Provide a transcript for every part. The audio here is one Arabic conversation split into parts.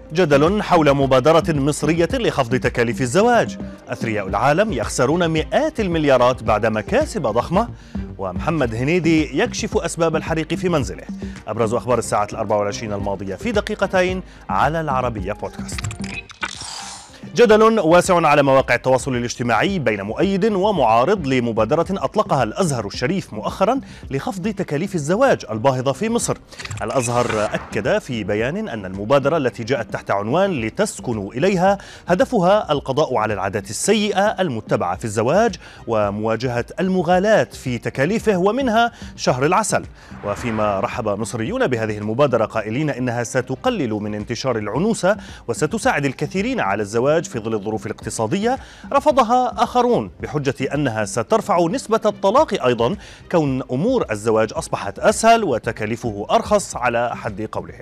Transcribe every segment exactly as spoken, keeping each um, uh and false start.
جدل حول مبادرة مصرية لخفض تكاليف الزواج. أثرياء العالم يخسرون مئات المليارات بعد مكاسب ضخمة. ومحمد هنيدي يكشف أسباب الحريق في منزله. أبرز أخبار الساعة الأربع والعشرين الماضية في دقيقتين على العربية بودكاست. جدل واسع على مواقع التواصل الاجتماعي بين مؤيد ومعارض لمبادرة أطلقها الأزهر الشريف مؤخرا لخفض تكاليف الزواج الباهظة في مصر. الأزهر أكد في بيان أن المبادرة التي جاءت تحت عنوان لتسكنوا إليها هدفها القضاء على العادات السيئة المتبعة في الزواج ومواجهة المغالاة في تكاليفه ومنها شهر العسل. وفيما رحب مصريون بهذه المبادرة قائلين إنها ستقلل من انتشار العنوسة وستساعد الكثيرين على الزواج في ظل الظروف الاقتصادية، رفضها آخرون بحجة أنها سترفع نسبة الطلاق أيضا كون أمور الزواج أصبحت أسهل وتكاليفه أرخص على حد قولهم.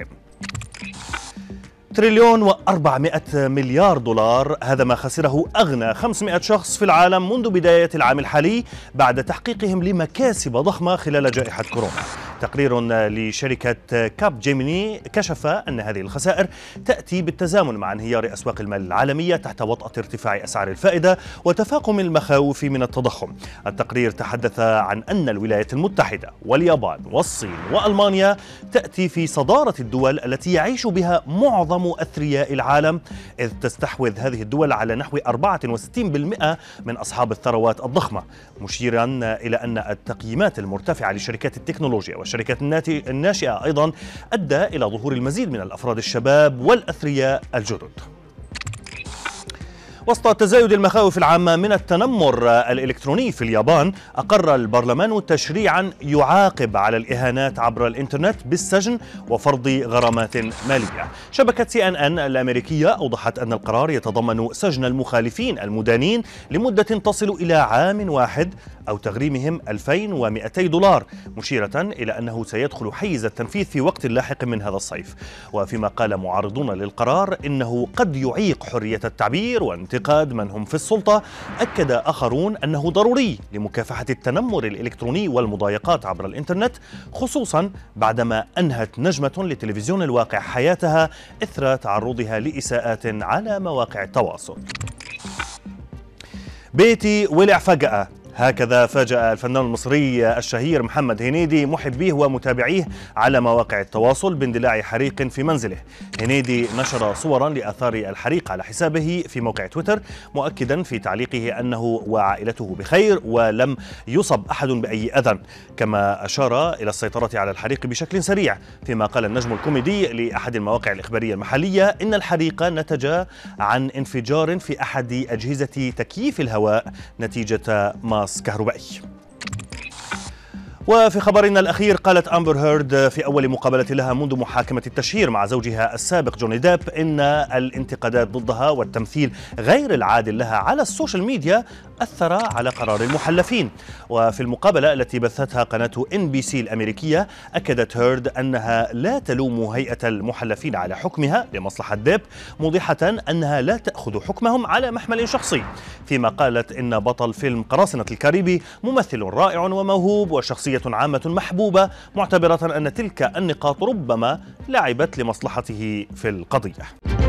تريليون وأربعمائة مليار دولار، هذا ما خسره أغنى خمسمائة شخص في العالم منذ بداية العام الحالي بعد تحقيقهم لمكاسب ضخمة خلال جائحة كورونا. تقرير لشركة كاب جيميني كشف أن هذه الخسائر تأتي بالتزامن مع انهيار أسواق المال العالمية تحت وطأة ارتفاع أسعار الفائدة وتفاقم المخاوف من التضخم. التقرير تحدث عن أن الولايات المتحدة واليابان والصين وألمانيا تأتي في صدارة الدول التي يعيش بها معظم أثرياء العالم، إذ تستحوذ هذه الدول على نحو أربعة وستين بالمئة من أصحاب الثروات الضخمة، مشيرا إلى أن التقييمات المرتفعة لشركات التكنولوجيا والشركات الناشئة أيضا أدى إلى ظهور المزيد من الأفراد الشباب والأثرياء الجدد. وسط تزايد المخاوف العامة من التنمر الإلكتروني في اليابان، أقر البرلمان تشريعا يعاقب على الإهانات عبر الإنترنت بالسجن وفرض غرامات مالية. شبكة سي إن إن الأمريكية أوضحت أن القرار يتضمن سجن المخالفين المدانين لمدة تصل إلى عام واحد أو تغريمهم ألفين ومئتي دولار، مشيرة إلى أنه سيدخل حيز التنفيذ في وقت لاحق من هذا الصيف. وفيما قال معارضون للقرار إنه قد يعيق حرية التعبير وانتقاد من هم في السلطة، أكد آخرون أنه ضروري لمكافحة التنمر الإلكتروني والمضايقات عبر الإنترنت، خصوصا بعدما أنهت نجمة لتلفزيون الواقع حياتها إثر تعرضها لإساءات على مواقع التواصل. بيتي ولع فجأة، هكذا فاجأ الفنان المصري الشهير محمد هنيدي محبيه ومتابعيه على مواقع التواصل باندلاع حريق في منزله. هنيدي نشر صورا لآثار الحريق على حسابه في موقع تويتر، مؤكدا في تعليقه أنه وعائلته بخير ولم يصب أحد بأي أذى، كما أشار إلى السيطرة على الحريق بشكل سريع. فيما قال النجم الكوميدي لأحد المواقع الإخبارية المحلية إن الحريق نتج عن انفجار في أحد أجهزة تكييف الهواء نتيجة ماس كهربائي. وفي خبرنا الأخير، قالت أمبر هيرد في أول مقابلة لها منذ محاكمة التشهير مع زوجها السابق جوني ديب إن الانتقادات ضدها والتمثيل غير العادل لها على السوشيال ميديا أثر على قرار المحلفين. وفي المقابلة التي بثتها قناة إن بي سي الأمريكية، أكدت هيرد أنها لا تلوم هيئة المحلفين على حكمها لمصلحة ديب، موضحة أنها لا تأخذ حكمهم على محمل شخصي. فيما قالت إن بطل فيلم قراصنة الكاريبي ممثل رائع وموهوب وشخصية عامة محبوبة، معتبرة أن تلك النقاط ربما لعبت لمصلحته في القضية.